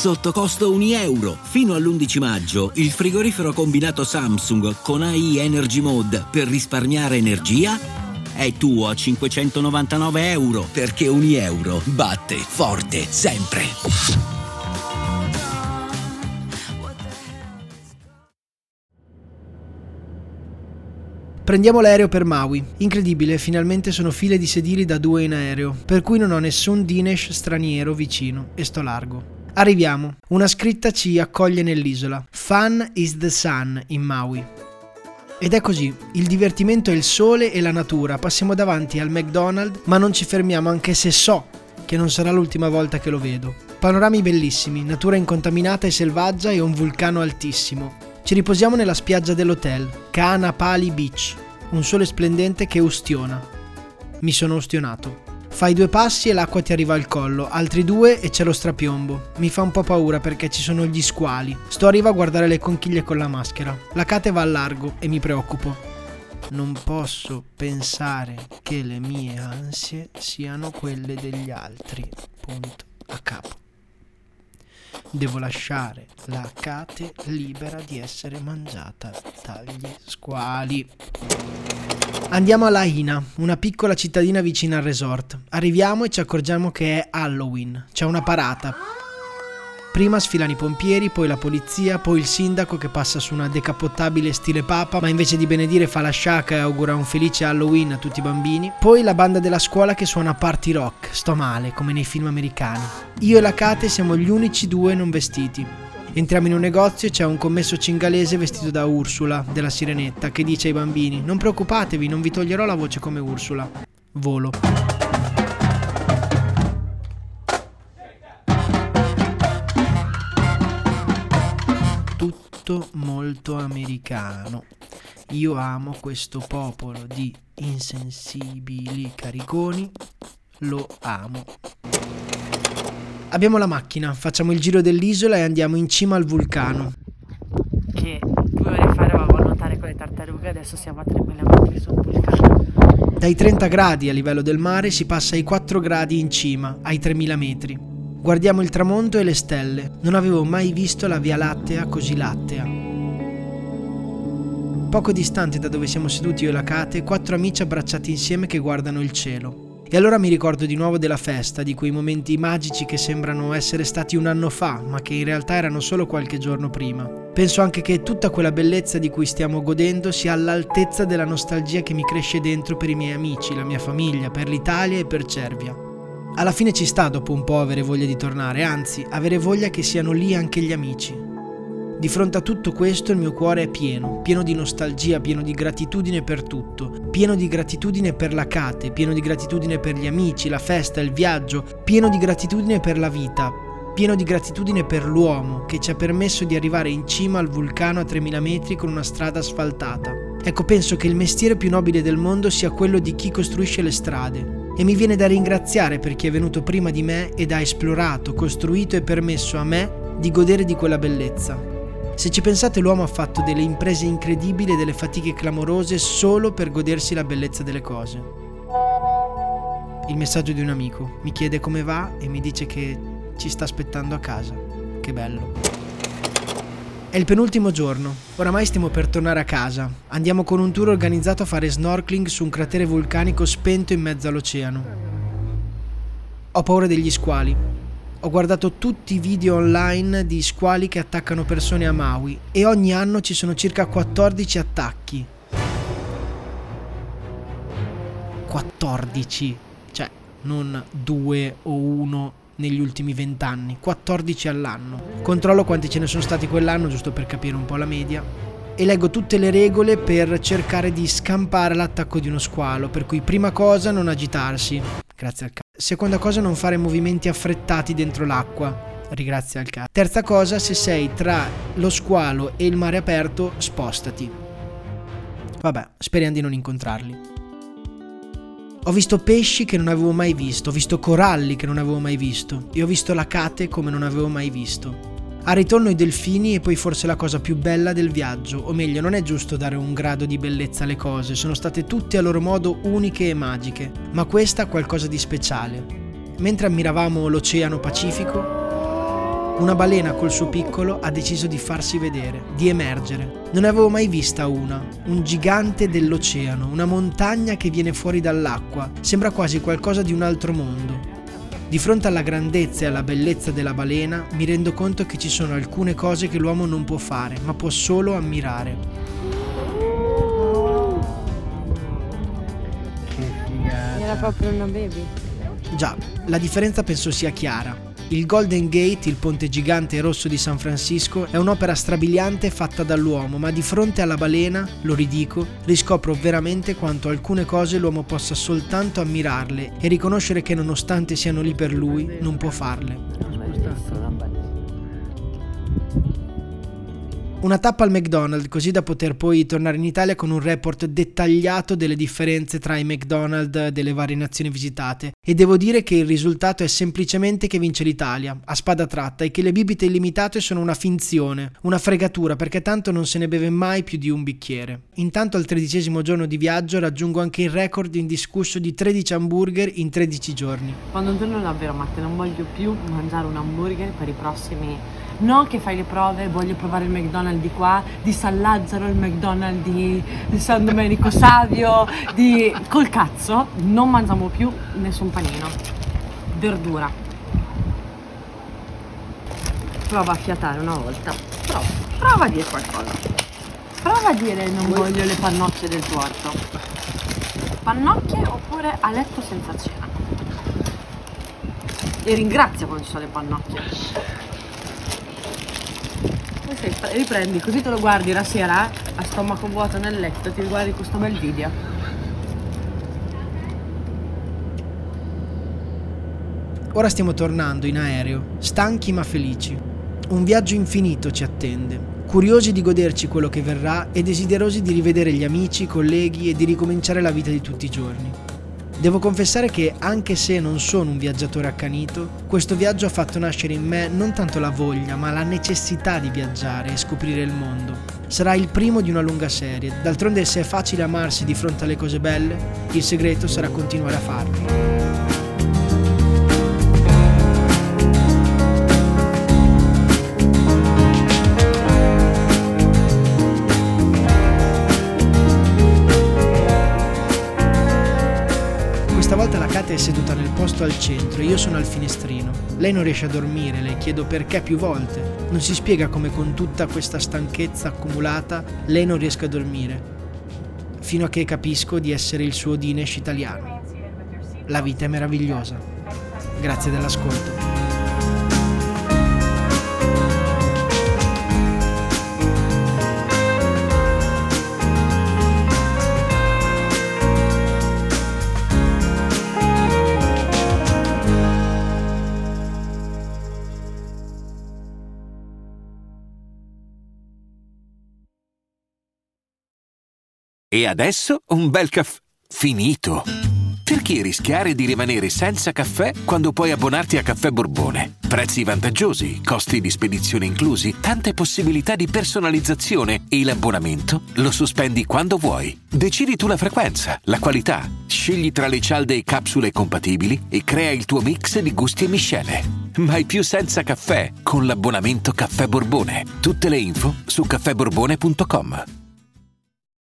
sotto costo €1. Fino all'11 maggio il frigorifero combinato Samsung con AI Energy Mode per risparmiare energia è tuo a €599, perché €1 batte forte sempre. Prendiamo l'aereo per Maui. Incredibile, finalmente sono file di sedili da 2 in aereo, per cui non ho nessun Dinesh straniero vicino e sto largo. Arriviamo. Una scritta ci accoglie nell'isola. Fun is the sun in Maui. Ed è così, il divertimento è il sole e la natura. Passiamo davanti al McDonald's, ma non ci fermiamo anche se so che non sarà l'ultima volta che lo vedo. Panorami bellissimi, natura incontaminata e selvaggia e un vulcano altissimo. Ci riposiamo nella spiaggia dell'hotel, Kaanapali Beach, un sole splendente che ustiona. Mi sono ustionato. Fai 2 passi e l'acqua ti arriva al collo, altri 2 e c'è lo strapiombo. Mi fa un po' paura perché ci sono gli squali. Sto a riva a guardare le conchiglie con la maschera. La Kate va al largo e mi preoccupo. Non posso pensare che le mie ansie siano quelle degli altri. Punto a capo. Devo lasciare la Kate libera di essere mangiata dagli squali. Andiamo a Lahaina, una piccola cittadina vicina al resort. Arriviamo e ci accorgiamo che è Halloween. C'è una parata. Prima sfilano i pompieri, poi la polizia, poi il sindaco che passa su una decapottabile stile papa, ma invece di benedire fa la sciacca e augura un felice Halloween a tutti i bambini. Poi la banda della scuola che suona party rock, sto male, come nei film americani. Io e la Kate siamo gli unici 2 non vestiti. Entriamo in un negozio e c'è un commesso cingalese vestito da Ursula, della Sirenetta, che dice ai bambini: non preoccupatevi, non vi toglierò la voce come Ursula. Volo. Tutto molto americano. Io amo questo popolo di insensibili cariconi. Lo amo. Abbiamo la macchina, facciamo il giro dell'isola e andiamo in cima al vulcano. Che 2 ore fa eravamo a nuotare con le tartarughe, adesso siamo a 3000 metri sul vulcano. Dai 30 gradi a livello del mare si passa ai 4 gradi in cima, ai 3000 metri. Guardiamo il tramonto e le stelle. Non avevo mai visto la Via Lattea così lattea. Poco distante da dove siamo seduti io e la Kate, 4 amici abbracciati insieme che guardano il cielo. E allora mi ricordo di nuovo della festa, di quei momenti magici che sembrano essere stati un anno fa, ma che in realtà erano solo qualche giorno prima. Penso anche che tutta quella bellezza di cui stiamo godendo sia all'altezza della nostalgia che mi cresce dentro per i miei amici, la mia famiglia, per l'Italia e per Cervia. Alla fine ci sta dopo un po' avere voglia di tornare, anzi, avere voglia che siano lì anche gli amici. Di fronte a tutto questo il mio cuore è pieno di nostalgia, pieno di gratitudine per tutto, pieno di gratitudine per la Kate, pieno di gratitudine per gli amici, la festa, il viaggio, pieno di gratitudine per la vita, pieno di gratitudine per l'uomo che ci ha permesso di arrivare in cima al vulcano a 3000 metri con una strada asfaltata. Ecco, penso che il mestiere più nobile del mondo sia quello di chi costruisce le strade. E mi viene da ringraziare per chi è venuto prima di me ed ha esplorato, costruito e permesso a me di godere di quella bellezza. Se ci pensate, l'uomo ha fatto delle imprese incredibili e delle fatiche clamorose solo per godersi la bellezza delle cose. Il messaggio di un amico mi chiede come va e mi dice che ci sta aspettando a casa. Che bello. È il penultimo giorno, oramai stiamo per tornare a casa. Andiamo con un tour organizzato a fare snorkeling su un cratere vulcanico spento in mezzo all'oceano. Ho paura degli squali. Ho guardato tutti i video online di squali che attaccano persone a Maui e ogni anno ci sono circa 14 attacchi. 14, cioè non 2 o 1 negli ultimi 20 anni, 14 all'anno. Controllo quanti ce ne sono stati quell'anno giusto per capire un po' la media e leggo tutte le regole per cercare di scampare l'attacco di uno squalo, per cui prima cosa non agitarsi, grazie al cazzo. Seconda cosa, non fare movimenti affrettati dentro l'acqua, ringrazia al cazzo. Terza cosa, se sei tra lo squalo e il mare aperto, spostati. Vabbè, speriamo di non incontrarli. Ho visto pesci che non avevo mai visto, ho visto coralli che non avevo mai visto e ho visto la Kate come non avevo mai visto. Al ritorno i delfini e poi forse la cosa più bella del viaggio, o meglio, non è giusto dare un grado di bellezza alle cose, sono state tutte a loro modo uniche e magiche, ma questa ha qualcosa di speciale. Mentre ammiravamo l'Oceano Pacifico, Una balena col suo piccolo ha deciso di farsi vedere, di emergere. Non ne avevo mai vista una, un gigante dell'oceano, una montagna che viene fuori dall'acqua, sembra quasi qualcosa di un altro mondo. Di fronte alla grandezza e alla bellezza della balena mi rendo conto che ci sono alcune cose che l'uomo non può fare, ma può solo ammirare. Che figata. Era proprio una baby. Già, la differenza penso sia chiara. Il Golden Gate, il ponte gigante rosso di San Francisco, è un'opera strabiliante fatta dall'uomo, ma di fronte alla balena, lo ridico, riscopro veramente quanto alcune cose l'uomo possa soltanto ammirarle e riconoscere che nonostante siano lì per lui, non può farle. Una tappa al McDonald's, così da poter poi tornare in Italia con un report dettagliato delle differenze tra i McDonald's delle varie nazioni visitate, e devo dire che il risultato è semplicemente che vince l'Italia, a spada tratta, e che le bibite illimitate sono una finzione, una fregatura, perché tanto non se ne beve mai più di un bicchiere. Intanto al 13° giorno di viaggio raggiungo anche il record indiscusso di 13 hamburger in 13 giorni. Quando un giorno davvero, Matteo, non voglio più mangiare un hamburger per i prossimi... No che fai le prove, voglio provare il McDonald's di qua, di San Lazzaro, il McDonald's di San Domenico Savio, col cazzo, non mangiamo più nessun panino. Verdura. Prova a fiatare una volta. Prova a dire qualcosa. Prova a dire non voglio le pannocchie del tuo orto. Pannocchie oppure a letto senza cena. E ringrazia quando ci sono le pannocchie. Riprendi, così te lo guardi la sera a stomaco vuoto nel letto e ti guardi questo bel video. Ora stiamo tornando in aereo, stanchi ma felici. Un viaggio infinito ci attende, curiosi di goderci quello che verrà e desiderosi di rivedere gli amici, i colleghi e di ricominciare la vita di tutti i giorni. Devo confessare che, anche se non sono un viaggiatore accanito, questo viaggio ha fatto nascere in me non tanto la voglia, ma la necessità di viaggiare e scoprire il mondo. Sarà il primo di una lunga serie, d'altronde se è facile amarsi di fronte alle cose belle, il segreto sarà continuare a farlo. Stavolta la Kate è seduta nel posto al centro e io sono al finestrino. Lei non riesce a dormire, le chiedo perché più volte. Non si spiega come con tutta questa stanchezza accumulata lei non riesca a dormire. Fino a che capisco di essere il suo Dinesh italiano. La vita è meravigliosa. Grazie dell'ascolto. E adesso un bel caffè finito. Perché rischiare di rimanere senza caffè quando puoi abbonarti a Caffè Borbone? Prezzi vantaggiosi, costi di spedizione inclusi, tante possibilità di personalizzazione e l'abbonamento lo sospendi quando vuoi. Decidi tu la frequenza, la qualità, scegli tra le cialde e capsule compatibili e crea il tuo mix di gusti e miscele. Mai più senza caffè con l'abbonamento Caffè Borbone. Tutte le info su caffèborbone.com.